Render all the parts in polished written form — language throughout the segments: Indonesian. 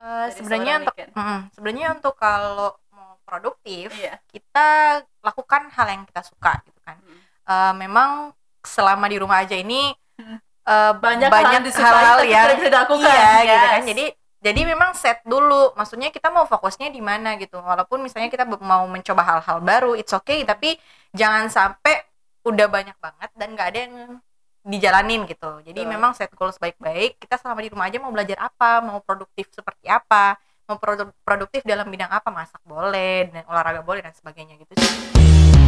dari Sebenarnya seorang untuk Niken? sebenarnya untuk kalau mau produktif, Iya. kita lakukan hal yang kita suka gitu kan. Hmm. Memang selama di rumah aja ini Banyak hal yang banyak disukai hal-hal tapi yang tidak bisa dilakukan. iya gitu kan. Yes. Jadi memang set dulu. Maksudnya kita mau fokusnya di mana gitu. Walaupun misalnya kita mau mencoba hal-hal baru, it's okay, tapi jangan sampai udah banyak banget dan nggak ada yang dijalanin gitu. Jadi Betul. memang set goals baik-baik. Kita selama di rumah aja mau belajar apa, mau produktif seperti apa, mau produktif dalam bidang apa, masak boleh, dan olahraga boleh dan sebagainya gitu sih.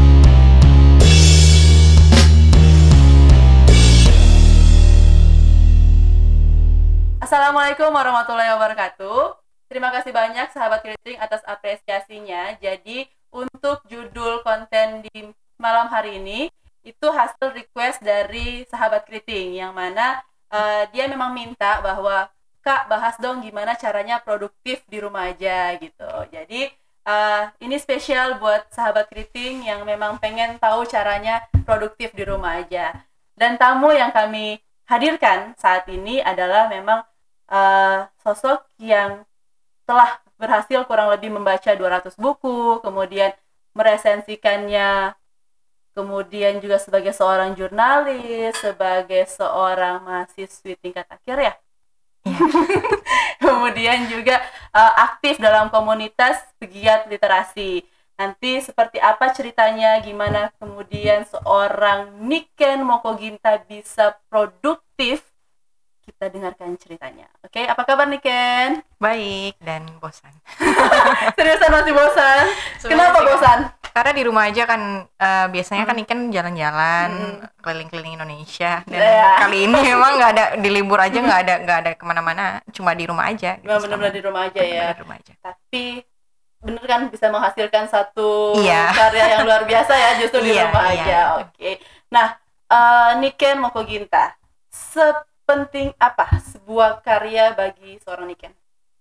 Assalamualaikum warahmatullahi wabarakatuh. Terima kasih banyak sahabat Keriting atas apresiasinya. Jadi untuk judul konten di malam hari ini itu hasil request dari sahabat Keriting yang mana dia memang minta bahwa Kak bahas dong gimana caranya produktif di rumah aja gitu. Jadi ini spesial buat sahabat Keriting yang memang pengen tahu caranya produktif di rumah aja. Dan tamu yang kami hadirkan saat ini adalah memang sosok yang telah berhasil kurang lebih membaca 200 buku, kemudian meresensikannya, kemudian juga sebagai seorang jurnalis, sebagai seorang mahasiswi tingkat akhir ya. Kemudian juga aktif dalam komunitas pegiat literasi. Nanti seperti apa ceritanya, gimana kemudian seorang Niken Mokoginta bisa produktif, kita dengarkan ceritanya. Oke, apa kabar Niken? Baik dan bosan. Seriusan masih bosan? Kenapa bosan? Karena di rumah aja kan biasanya kan Niken jalan-jalan keliling-keliling Indonesia dan kali ini memang nggak ada di libur aja, nggak ada kemana-mana, cuma di rumah aja. Gitu, benar-benar di rumah aja ya. Di rumah aja. Tapi bener kan bisa menghasilkan satu karya yang luar biasa ya justru di rumah aja. Oke. Nah, Niken Mokoginta, sepenting apa sebuah karya bagi seorang Niken?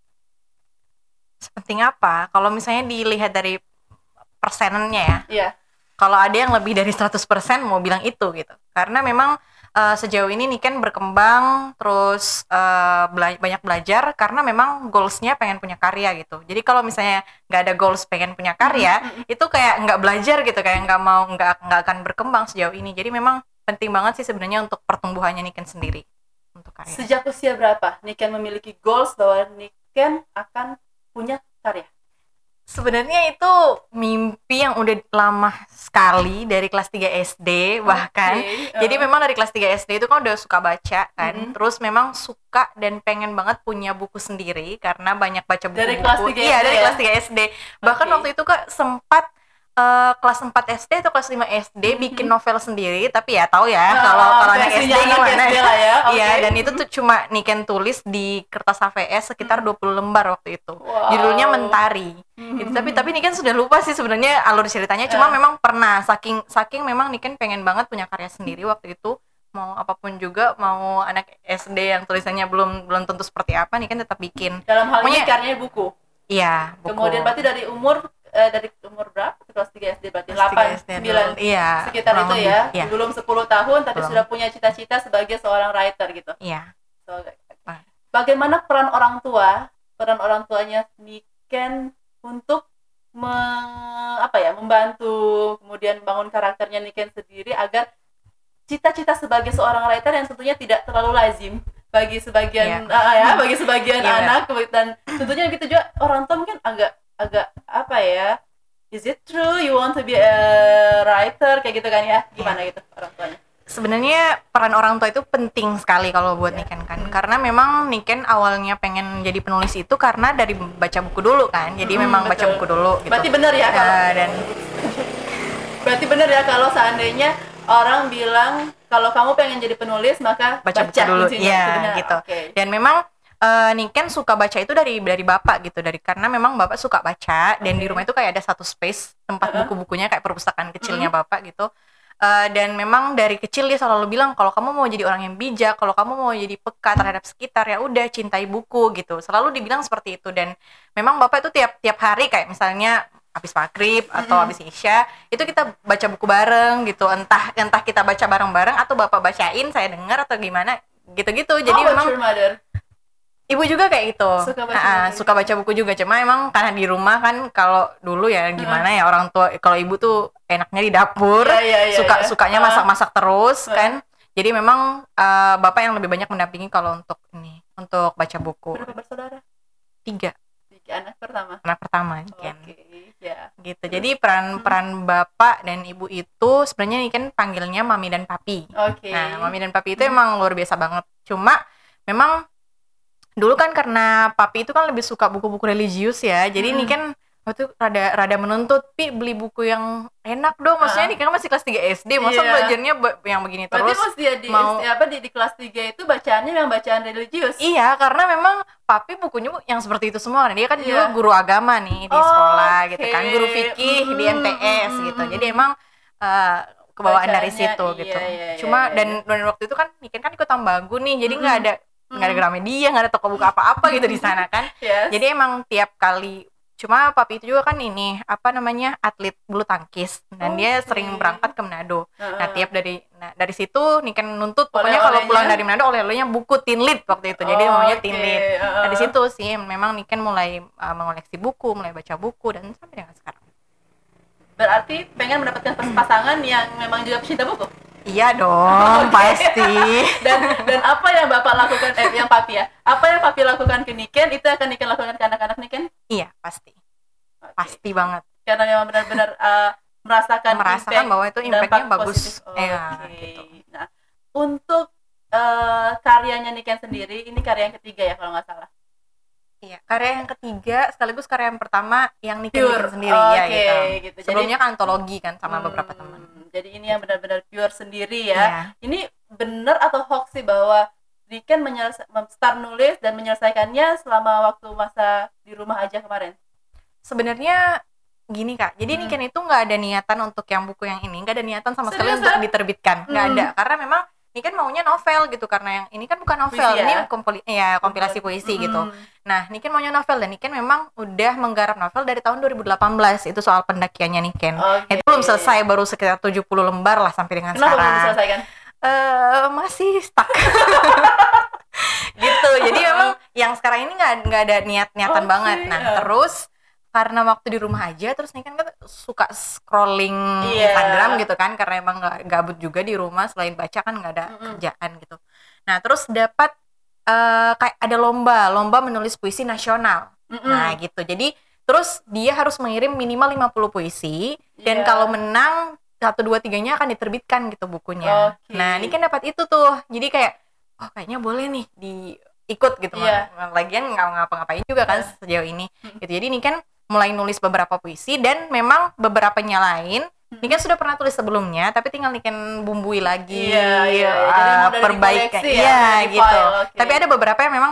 Sepenting apa? Kalau misalnya dilihat dari persenannya ya. Iya. Kalau ada yang lebih dari 100% mau bilang itu gitu. Karena memang sejauh ini Niken berkembang terus banyak belajar karena memang goalsnya pengen punya karya gitu. Jadi kalau misalnya nggak ada goals pengen punya karya, itu kayak nggak belajar gitu, kayak nggak akan berkembang sejauh ini. Jadi memang penting banget sih sebenarnya untuk pertumbuhannya Niken sendiri untuk karya. Sejak usia berapa Niken memiliki goals bahwa Niken akan punya karya? Sebenarnya itu mimpi yang udah lama sekali dari kelas 3 SD bahkan. Jadi memang dari kelas 3 SD itu kan udah suka baca kan. Terus memang suka dan pengen banget punya buku sendiri karena banyak baca buku-buku. Dari kelas 3 SD. Iya, dari kelas 3 SD. Bahkan waktu itu Kak sempat kelas 4 SD atau kelas 5 SD bikin novel sendiri, tapi ya tahu ya kalau anak SD gimana ya. Iya, dan itu tuh cuma Niken tulis di kertas HVS sekitar 20 lembar waktu itu. Judulnya Mentari. Gitu. Tapi Niken sudah lupa sih sebenarnya alur ceritanya, cuma memang pernah saking memang Niken pengen banget punya karya sendiri waktu itu. Mau apapun juga, mau anak SD yang tulisannya belum tentu seperti apa, Niken tetap bikin. Dalam hal ini karyanya buku. Iya, buku. Kemudian berarti dari umur berapa? Kelas 3 SD berarti 8, 9. Iya. Sekitar itu ya. Iya. Belum 10 tahun tapi sudah punya cita-cita sebagai seorang writer gitu. Iya. Bagaimana peran orang tuanya Niken untuk membantu kemudian bangun karakternya Niken sendiri agar cita-cita sebagai seorang writer yang tentunya tidak terlalu lazim bagi sebagian bagi sebagian anak, dan tentunya gitu juga orang tua mungkin agak is it true you want to be a writer kayak gitu kan ya, gimana gitu orang tuanya? Sebenarnya peran orang tua itu penting sekali kalau buat Niken kan, karena memang Niken awalnya pengen jadi penulis itu karena dari baca buku dulu kan, jadi memang betul. Baca buku dulu gitu. Berarti benar ya berarti benar ya kalau seandainya orang bilang kalau kamu pengen jadi penulis maka baca buku dulu ya gitu. Dan memang Niken suka baca itu dari bapak gitu, karena memang bapak suka baca dan di rumah itu kayak ada satu space tempat buku-bukunya kayak perpustakaan kecilnya bapak gitu. Dan memang dari kecil dia selalu bilang kalau kamu mau jadi orang yang bijak, kalau kamu mau jadi peka terhadap sekitar ya udah cintai buku gitu. Selalu dibilang seperti itu, dan memang bapak itu tiap hari kayak misalnya habis maghrib atau habis isya itu kita baca buku bareng gitu, entah kita baca bareng-bareng atau bapak bacain saya dengar atau gimana gitu-gitu. Jadi memang Ibu juga kayak gitu. Suka baca buku juga. Cuma emang karena di rumah kan kalau dulu ya gimana ya orang tua, kalau ibu tuh enaknya di dapur, sukanya masak-masak terus kan. Jadi memang bapak yang lebih banyak mendampingi kalau untuk baca buku. Berapa bersaudara? 3. Anak pertama kan. Yeah. Gitu. Jadi peran bapak dan ibu itu sebenarnya ini kan panggilnya mami dan papi. Nah, mami dan papi itu emang luar biasa banget. Cuma memang dulu kan karena papi itu kan lebih suka buku-buku religius ya. Jadi ini kan waktu rada menuntut, Pi beli buku yang enak dong. Maksudnya ini kan masih kelas 3 SD, masa belajarnya yang begini terus. Berarti di kelas 3 itu bacaannya memang bacaan religius. Iya, karena memang papi bukunya yang seperti itu semua. Dia kan juga guru agama nih di sekolah gitu kan, guru fikih di MTS gitu. Jadi emang kebawaan dari situ gitu. Cuma dan waktu itu kan Niken kan ikut Tambagu nih, jadi nggak ada Gramedia, nggak ada toko buku apa-apa gitu di sana kan. Jadi emang tiap kali, cuma papi itu juga kan atlet bulu tangkis dan dia sering berangkat ke Manado. Nah dari situ Niken nuntut pokoknya kalau pulang dari Manado oleh-olehnya buku Tinlit waktu itu. Jadi maunya Tinlit. Nah di situ sih memang Niken mulai mengoleksi buku, mulai baca buku dan sampai dengan sekarang. Berarti pengen mendapatkan pasangan yang memang juga pecinta buku? Iya dong, pasti. Dan apa yang bapak lakukan, yang papi ya? Apa yang papi lakukan ke Niken, itu akan Niken lakukan ke anak-anak Niken? Iya, pasti. Pasti banget. Karena memang benar-benar merasakan bahwa itu impact-nya bagus. Gitu. Nah, untuk karyanya Niken sendiri, ini karya yang ketiga ya kalau nggak salah? Iya, karya yang ketiga sekaligus karya yang pertama yang Niken bikin sendiri gitu. Sebelumnya kan antologi kan sama beberapa teman. Jadi ini yang benar-benar pure sendiri ya. Ini benar atau hoax sih bahwa Niken start nulis dan menyelesaikannya selama waktu masa di rumah aja kemarin? Sebenarnya gini Kak, jadi Niken itu nggak ada niatan untuk yang buku yang ini, nggak ada niatan sama sekali untuk diterbitkan, nggak ada, karena memang ini kan maunya novel gitu, karena yang ini kan bukan novel, puisi, ini kompilasi puisi gitu. Nah, Niken maunya novel dan Niken memang udah menggarap novel dari tahun 2018, itu soal pendakiannya Niken. Itu belum selesai, baru sekitar 70 lembar lah sampai dengan sekarang. Kenapa belum diselesaikan? Masih stuck. Gitu. Jadi memang yang sekarang ini nggak ada niatan banget. Nah, terus karena waktu di rumah aja, terus nih kan suka scrolling Instagram gitu kan, karena emang nggak gabut juga di rumah, selain baca kan nggak ada kerjaan gitu. Nah terus dapat kayak ada lomba menulis puisi nasional. Nah gitu, jadi terus dia harus mengirim minimal 50 puisi dan kalau menang 1, 2, 3-nya akan diterbitkan gitu bukunya. Nah ini kan dapat itu tuh, jadi kayak kayaknya boleh nih diikut gitu. Lagian nggak ngapa-ngapain juga kan sejauh ini gitu. Jadi ini kan mulai nulis beberapa puisi dan memang beberapanya lain Niken sudah pernah tulis sebelumnya, tapi tinggal Niken bumbui lagi, perbaikan, gitu. Tapi ada beberapa yang memang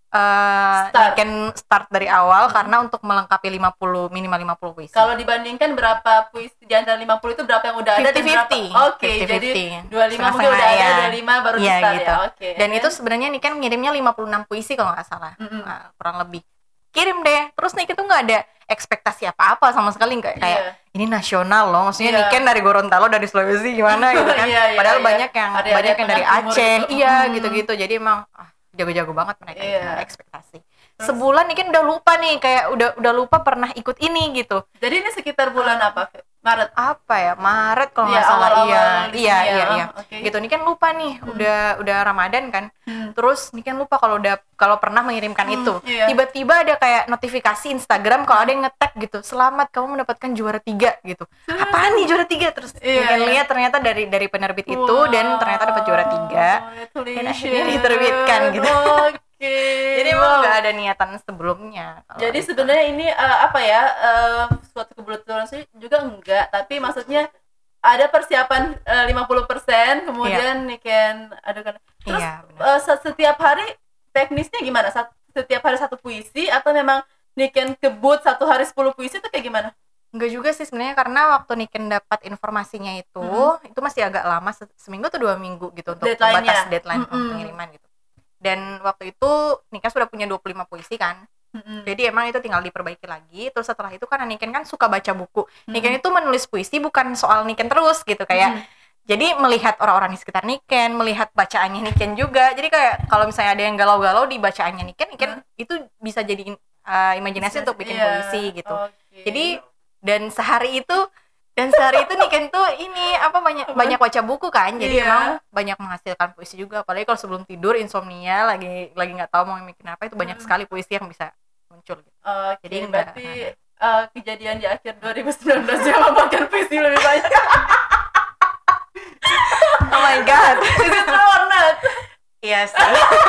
Niken start dari awal karena untuk melengkapi minimal 50 puisi. Kalau dibandingkan berapa puisi di antara 50 itu berapa yang udah ada 50-50. Jadi 25 mungkin udah ada, 25 baru start gitu. ya. Dan itu sebenarnya Niken ngirimnya 56 puisi kalau nggak salah, kurang lebih. Kirim deh, terus Niken tuh nggak ada ekspektasi apa-apa sama sekali, kayak ini nasional loh, maksudnya Niken dari Gorontalo, dari Sulawesi gimana gitu kan, padahal banyak yang dari Aceh, gitu-gitu, jadi emang jago-jago banget mereka, ekspektasi. Sebulan Niken udah lupa nih, kayak udah lupa pernah ikut ini gitu. Jadi ini sekitar bulan apa? Maret? Apa ya? Maret kalau nggak salah. Iya. Gitu, Niken lupa nih, udah Ramadan kan. Terus Niken lupa kalau pernah mengirimkan itu. Tiba-tiba ada kayak notifikasi Instagram kalau ada yang nge-tag gitu, selamat kamu mendapatkan juara 3 gitu. Apaan nih juara 3? Terus Niken lihat ternyata dari penerbit itu dan ternyata dapat juara 3. Dan akhirnya diterbitkan gitu. Jadi emang nggak ada niatan sebelumnya. Jadi sebenarnya ini suatu kebetulan sih juga enggak, tapi maksudnya ada persiapan 50%, kemudian Niken adukan. Terus setiap hari teknisnya gimana? Setiap hari satu puisi atau memang Niken kebut satu hari 10 puisi itu kayak gimana? Enggak juga sih sebenarnya, karena waktu Niken dapat informasinya itu masih agak lama, seminggu atau 2 minggu gitu untuk batas deadline pengiriman gitu. Dan waktu itu Niken sudah punya 25 puisi kan. Jadi emang itu tinggal diperbaiki lagi. Terus setelah itu kan Niken kan suka baca buku. Niken itu menulis puisi bukan soal Niken terus gitu, kayak Jadi melihat orang-orang di sekitar Niken, melihat bacaannya Niken juga. Jadi kayak kalau misalnya ada yang galau-galau di bacaannya Niken itu bisa jadi imajinasi untuk bikin puisi gitu. Jadi dan sehari itu Niken tuh ini banyak baca buku kan. Jadi emang banyak menghasilkan puisi juga. Apalagi kalau sebelum tidur insomnia lagi nggak tahu mau bikin apa, itu banyak sekali puisi yang bisa muncul gitu. Jadi berarti kejadian di akhir 2019 yang membuatkan puisi lebih banyak. Oh my god. Is it true or not? Iya sih.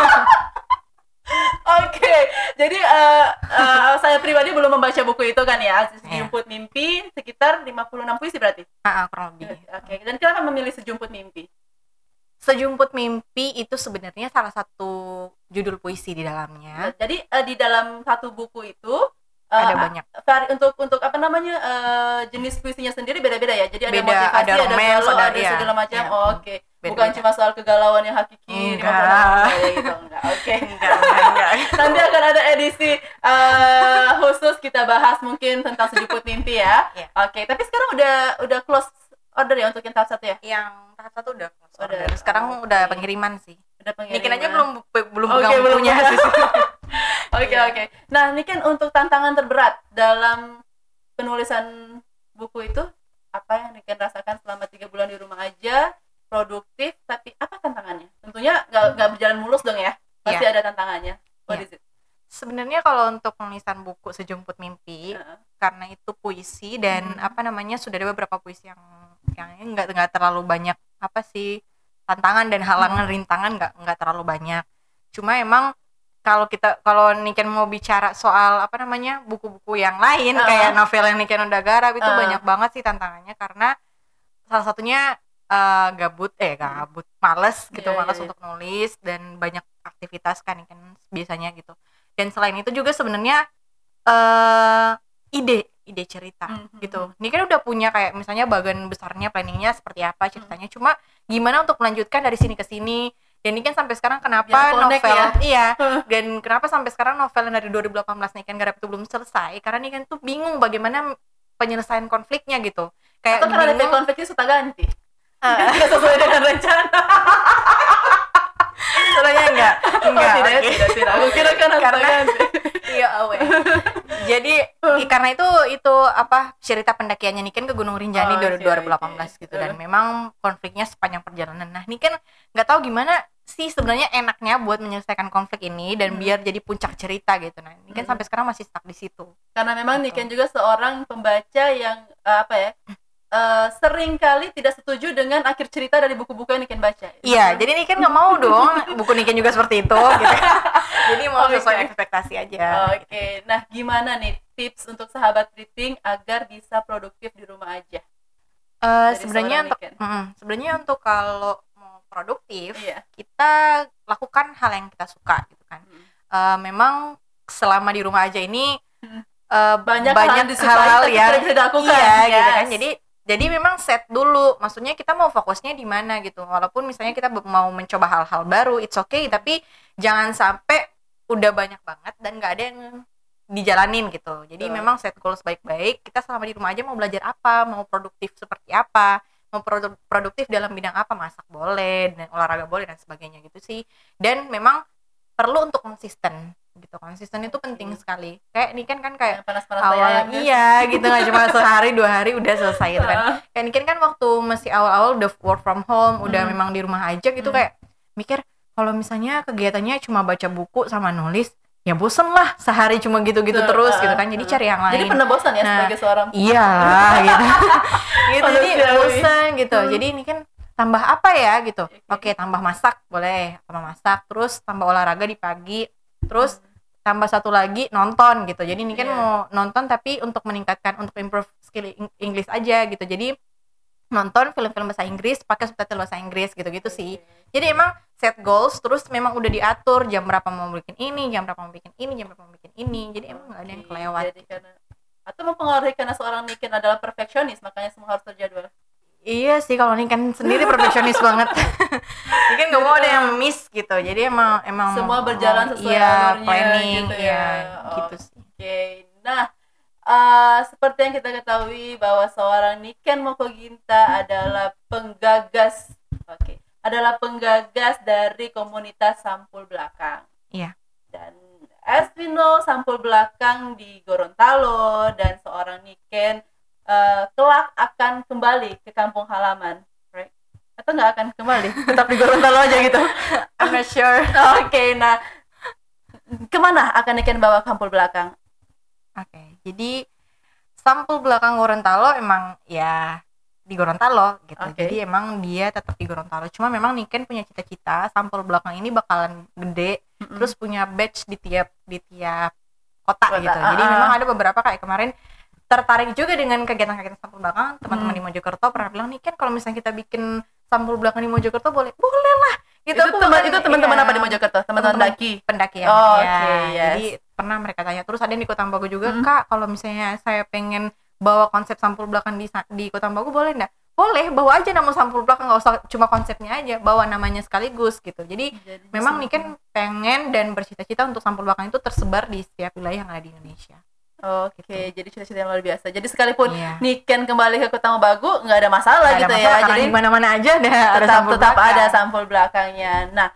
Oke, jadi saya pribadi belum membaca buku itu kan ya. Sejumput Mimpi sekitar 56 puisi berarti? Kurang lebih. Oke, dan kenapa memilih Sejumput Mimpi? Sejumput Mimpi itu sebenarnya salah satu judul puisi di dalamnya. Jadi di dalam satu buku itu ada banyak. Untuk apa namanya jenis puisinya sendiri beda-beda ya. Jadi ada motivasi, ada romance, ada segala macam. Oke. Bukan cuma soal kegalauan yang hakiki. Enggak. Gitu. Enggak. Oke. Enggak. Nanti akan ada edisi khusus kita bahas mungkin tentang Sejumput Mimpi ya. Oke. Tapi sekarang udah close order ya untuk yang tahap 1 ya? Yang tahap 1 udah close order. Sekarang udah pengiriman sih. Niken aja belum pegang bukunya sih. Oke. Nah, ini kan untuk tantangan terberat dalam penulisan buku itu apa yang Niken rasakan selama 3 bulan di rumah aja, produktif, tapi apa tantangannya? Tentunya nggak berjalan mulus dong ya, pasti ada tantangannya. What is it? Sebenarnya kalau untuk penulisan buku Sejumput Mimpi, karena itu puisi dan sudah ada beberapa puisi yang nggak terlalu banyak tantangan dan halangan rintangan nggak terlalu banyak. Cuma emang kalau Niken mau bicara soal buku-buku yang lain kayak novel yang Niken udah garap itu banyak banget sih tantangannya, karena salah satunya males untuk nulis dan banyak aktivitas kan Niken biasanya gitu. Dan selain itu juga sebenarnya ide cerita gitu. Niken udah punya kayak misalnya bagian besarnya planningnya seperti apa ceritanya, cuma gimana untuk melanjutkan dari sini ke sini. Dan Niken sampai sekarang kenapa dan kenapa sampai sekarang novel yang dari 2018 Niken garap itu belum selesai, karena Niken tuh bingung bagaimana penyelesaian konfliknya gitu. Kayak karena ada konfliknya suka ganti. Nggak sesuai dengan rencana. Soalnya enggak. Tidak. Aku kira karena ganti. Iya, jadi karena itu cerita pendakiannya Niken ke Gunung Rinjani 2018 gitu. Dan memang konfliknya sepanjang perjalanan. Nah, Niken nggak tahu gimana sih sebenarnya enaknya buat menyelesaikan konflik ini dan biar jadi puncak cerita gitu. Nah, Niken sampai sekarang masih stuck di situ. Karena memang Niken juga seorang pembaca yang sering kali tidak setuju dengan akhir cerita dari buku-buku yang Niken baca. Iya, jadi Niken nggak mau dong buku Niken juga seperti itu gitu. Jadi mau sesuai ekspektasi aja. Oke. Nah, gimana nih tips untuk sahabat reading agar bisa produktif di rumah aja? Sebenarnya untuk kalau mau produktif, kita lakukan hal yang kita suka gitu kan. Memang selama di rumah aja ini banyak hal yang bisa dilakukan. Gitu kan. Jadi memang set dulu, maksudnya kita mau fokusnya di mana gitu. Walaupun misalnya kita mau mencoba hal-hal baru, it's okay, tapi jangan sampai udah banyak banget dan nggak ada yang dijalanin gitu. Jadi memang set goals baik-baik. Kita selama di rumah aja mau belajar apa, mau produktif seperti apa, mau produktif dalam bidang apa, masak boleh, dan olahraga boleh dan sebagainya gitu sih. Dan memang perlu untuk konsisten gitu. Konsisten itu penting sekali. Kayak Niken kan kayak panas-panas gitu, nggak cuma sehari 2 hari udah selesai gitu kan. Kayak Niken kan waktu masih awal-awal udah work from home, udah memang di rumah aja gitu, kayak mikir kalau misalnya kegiatannya cuma baca buku sama nulis, ya bosen lah sehari cuma gitu-gitu terus gitu kan. Jadi cari yang lain. Jadi pernah bosan ya sebagai seorang iyalah gitu. Jadi bosan gitu. Jadi ini kan tambah apa ya gitu. Oke, tambah masak boleh, tambah masak, terus tambah olahraga di pagi, terus tambah satu lagi nonton gitu. Jadi ini kan mau nonton tapi untuk meningkatkan, untuk improve skill English aja gitu. Jadi nonton film-film bahasa Inggris pakai subtitle bahasa Inggris gitu-gitu sih. Jadi emang set goals, terus memang udah diatur jam berapa mau bikin ini, jam berapa mau bikin ini, jam berapa mau bikin ini. Jadi emang nggak ada yang kelewat. Jadi atau mempengaruhi karena seorang Niken adalah perfeksionis, makanya semua harus terjadwal. Iya sih, kalau Niken sendiri perfeksionis banget. Niken nggak mau ada yang miss gitu. Jadi emang semua berjalan sesuai alurnya planning, gitu ya. Gitu sih. Oke. Nah, seperti yang kita ketahui bahwa seorang Niken Mokoginta adalah penggagas, adalah penggagas dari komunitas sampul belakang. Iya. Dan as we know, sampul belakang di Gorontalo dan seorang Niken kelak akan kembali ke kampung halaman, right? Atau nggak akan kembali, tetap di Gorontalo aja gitu? I'm not sure. Nah kemana akan Niken bawa sampul belakang? Jadi sampul belakang Gorontalo emang ya di Gorontalo gitu. Jadi emang dia tetap di Gorontalo. Cuma memang Niken punya cita-cita sampul belakang ini bakalan gede, terus punya badge di tiap kota gitu. Jadi memang ada beberapa kayak kemarin tertarik juga dengan kegiatan-kegiatan sampul belakang. Teman-teman di Mojokerto pernah bilang, Niken kalau misalnya kita bikin sampul belakang di Mojokerto boleh lah. Gitu. Itu teman-teman apa di Mojokerto? Teman-teman pendaki ya. Yes. Jadi pernah mereka tanya. Terus ada yang di Kota Ambagu juga, Kak, kalau misalnya saya pengen bawa konsep sampul belakang di Kota Ambagu boleh enggak? Boleh, bawa aja nama sampul belakang, nggak usah cuma konsepnya aja, bawa namanya sekaligus gitu. Jadi memang Niken pengen dan bercita-cita untuk sampul belakang itu tersebar di setiap wilayah yang ada di Indonesia. Gitu. Jadi cita-cita yang luar biasa. Jadi sekalipun Niken kembali ke Kota Ambagu nggak ada masalah gitu ya. Jadi di mana-mana aja tetap ada sampul belakangnya. Nah,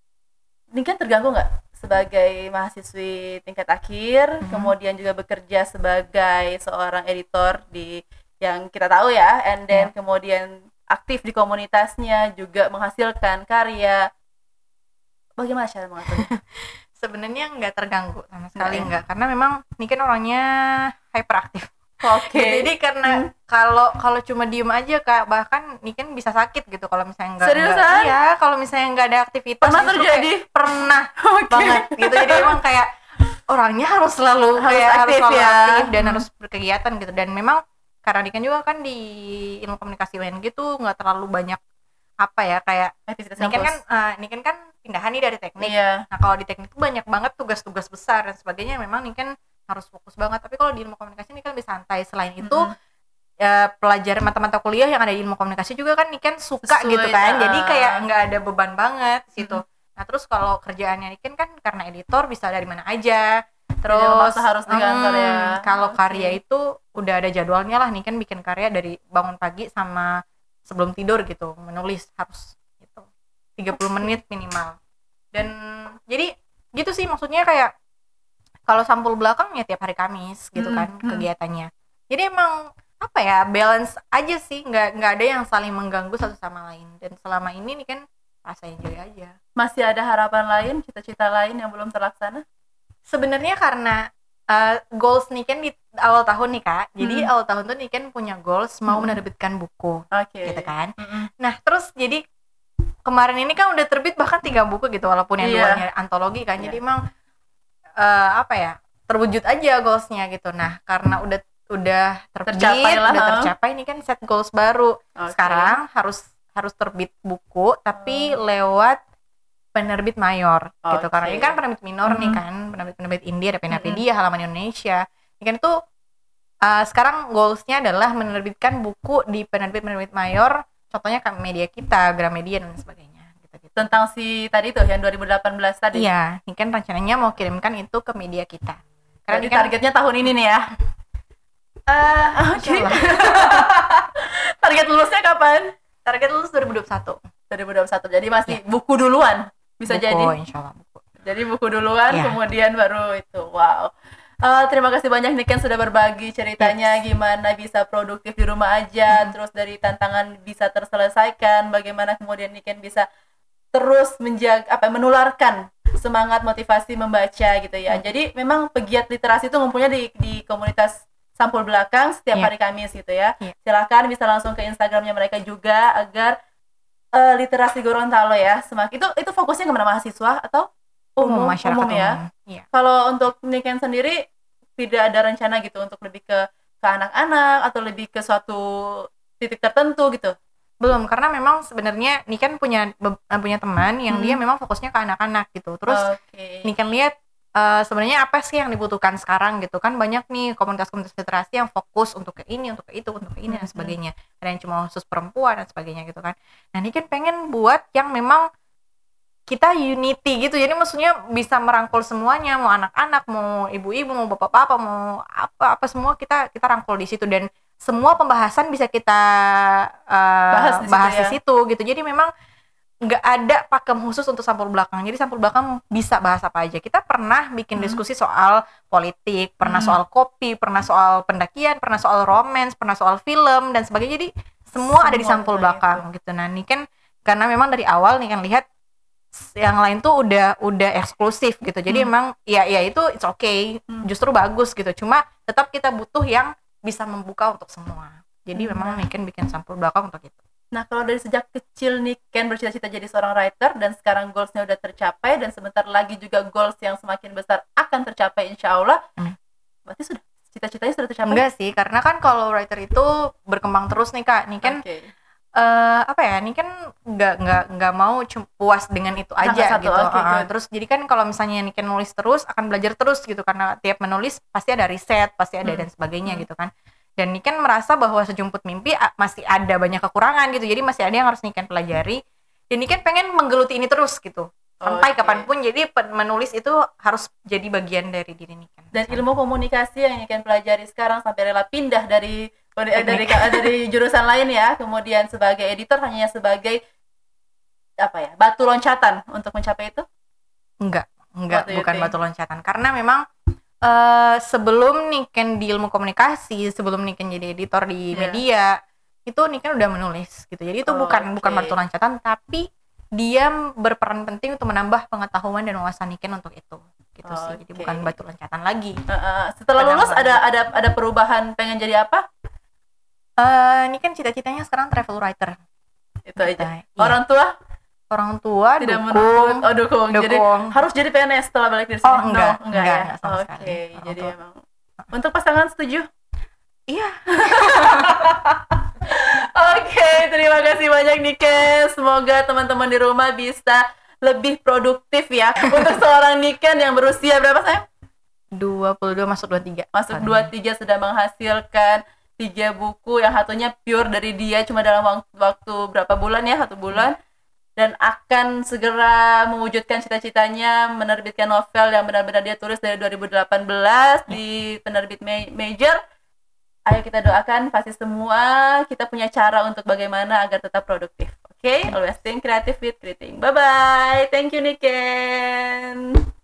Niken terganggu nggak sebagai mahasiswi tingkat akhir, kemudian juga bekerja sebagai seorang editor di yang kita tahu ya, and then kemudian aktif di komunitasnya, juga menghasilkan karya. Bagaimana cara mengaturnya? Sebenarnya nggak terganggu sama sekali, nggak, karena memang Niken orangnya hyperaktif. Jadi karena kalau cuma diem aja Kak, bahkan Niken bisa sakit gitu kalau misalnya nggak. Seriusan? Iya, kalau misalnya nggak ada aktivitas. Pernah terjadi? Pernah banget gitu. Jadi emang kayak orangnya harus selalu aktif dan harus berkegiatan gitu. Dan memang karena Niken juga kan di ilmu komunikasi UNG gitu nggak terlalu banyak kayak Niken kan pindahan nih dari teknik. Nah kalau di teknik itu banyak banget tugas-tugas besar dan sebagainya, memang Niken harus fokus banget. Tapi kalau di ilmu komunikasi Niken lebih santai. Selain itu pelajaran mata-mata kuliah yang ada di ilmu komunikasi juga kan Niken suka gitu kan. Jadi kayak nggak ada beban banget situ. Nah terus kalau kerjaannya Niken kan karena editor bisa dari mana aja. Terus harus di kantor ya. Kalau karya itu udah ada jadwalnya lah. Niken bikin karya dari bangun pagi sama sebelum tidur gitu, menulis harus gitu 30 menit minimal. Dan jadi gitu sih, maksudnya kayak kalau sampul belakang ya tiap hari Kamis gitu kan kegiatannya. Jadi emang balance aja sih, nggak ada yang saling mengganggu satu sama lain. Dan selama ini nih kan rasa enjoy aja. Masih ada harapan lain, cita-cita lain yang belum terlaksana? Sebenarnya karena goals Niken di awal tahun nih Kak. Jadi awal tahun tuh Niken punya goals mau menerbitkan buku, gitu kan. Nah terus jadi kemarin ini kan udah terbit bahkan 3 buku gitu, walaupun yang duanya antologi kan. Jadi emang terwujud aja goalsnya gitu. Nah karena udah tercapai ini kan set goals baru. Sekarang harus terbit buku tapi lewat penerbit mayor gitu, karena ini kan penerbit minor nih kan, penerbit indie, ada Penapedia, Halaman Indonesia. Ini kan itu sekarang goalsnya adalah menerbitkan buku di penerbit mayor, contohnya kan Media Kita, Gramedia dan sebagainya gitu. Tentang si tadi tuh yang 2018 tadi? Iya, ini kan rencananya mau kirimkan itu ke Media Kita. Karena ini targetnya tahun ini nih ya? Target lulusnya kapan? Target lulus 2021. Jadi masih buku duluan? Bisa buku, jadi? Insyaallah buku. Jadi buku duluan, kemudian baru itu. Wow. Terima kasih banyak Niken sudah berbagi ceritanya gimana bisa produktif di rumah aja, terus dari tantangan bisa terselesaikan, bagaimana kemudian Niken bisa terus menularkan semangat motivasi membaca gitu ya. Jadi memang pegiat literasi itu ngumpulnya di komunitas sampul belakang setiap hari Kamis gitu ya. Silakan bisa langsung ke Instagramnya mereka juga agar literasi Gorontalo ya semakin itu fokusnya kemana, mahasiswa atau umum ya? Iya. Kalau untuk Niken sendiri tidak ada rencana gitu untuk lebih ke anak-anak atau lebih ke suatu titik tertentu gitu? Belum, karena memang sebenarnya Niken punya teman yang dia memang fokusnya ke anak-anak gitu. Terus Niken lihat sebenarnya apa sih yang dibutuhkan sekarang gitu kan, banyak nih komunitas-komunitas literasi yang fokus untuk ke ini, untuk ke itu, untuk ke ini dan sebagainya. Ada yang cuma khusus perempuan dan sebagainya gitu kan. Nah Niken pengen buat yang memang kita unity gitu. Jadi maksudnya bisa merangkul semuanya, mau anak-anak, mau ibu-ibu, mau bapak-bapak, mau apa semua kita rangkul di situ, dan semua pembahasan bisa kita bahas di situ gitu. Jadi memang nggak ada pakem khusus untuk sampul belakang. Jadi sampul belakang bisa bahas apa aja. Kita pernah bikin diskusi soal politik, pernah soal kopi, pernah soal pendakian, pernah soal romance, pernah soal film dan sebagainya. Jadi semua ada di sampul belakang gitu. Nah, ini kan karena memang dari awal nih kan lihat yang lain tuh udah eksklusif gitu. Jadi emang ya itu it's okay, justru bagus gitu. Cuma tetap kita butuh yang bisa membuka untuk semua. Jadi memang Niken bikin sampul belakang untuk itu. Nah, kalau dari sejak kecil Niken bercita-cita jadi seorang writer dan sekarang goals-nya udah tercapai dan sebentar lagi juga goals yang semakin besar akan tercapai insya Allah, berarti sudah cita-citanya sudah tercapai? Enggak sih, karena kan kalau writer itu berkembang terus nih Kak. Niken Niken nggak mau puas dengan itu aja gitu. Terus jadi kan kalau misalnya Niken nulis terus akan belajar terus gitu, karena tiap menulis pasti ada riset, pasti ada dan sebagainya gitu kan. Dan Niken merasa bahwa sejumput mimpi masih ada banyak kekurangan gitu, jadi masih ada yang harus Niken pelajari, dan Niken pengen menggeluti ini terus gitu sampai kapanpun. Jadi menulis itu harus jadi bagian dari diri Niken. Dan ilmu komunikasi yang Niken pelajari sekarang sampai rela pindah dari jurusan lain ya, kemudian sebagai editor hanya sebagai batu loncatan untuk mencapai itu? Enggak, bukan batu loncatan, karena memang sebelum Niken di ilmu komunikasi, sebelum Niken jadi editor di media, itu Niken udah menulis gitu. Jadi itu bukan batu loncatan, tapi dia berperan penting untuk menambah pengetahuan dan wawasan Niken untuk itu gitu sih. Jadi bukan batu loncatan lagi. Setelah lulus ada perubahan, pengen jadi apa? Niken cita-citanya sekarang travel writer. Itu aja. Orang tua tidak dukung. Jadi harus jadi PNS setelah balik dari sini? Enggak sama sekali. Jadi emang untuk pasangan setuju? Iya. Terima kasih banyak Niken. Semoga teman-teman di rumah bisa lebih produktif ya. Untuk seorang Niken yang berusia berapa sayang? 22 masuk 23. Masuk 23 sudah menghasilkan 3 buku, yang satunya pure dari dia cuma dalam waktu berapa bulan ya, 1 bulan. Dan akan segera mewujudkan cita-citanya menerbitkan novel yang benar-benar dia tulis dari 2018 di penerbit major. Ayo kita doakan pasti semua kita punya cara untuk bagaimana agar tetap produktif. Always think creative with creating. Bye-bye. Thank you Niken.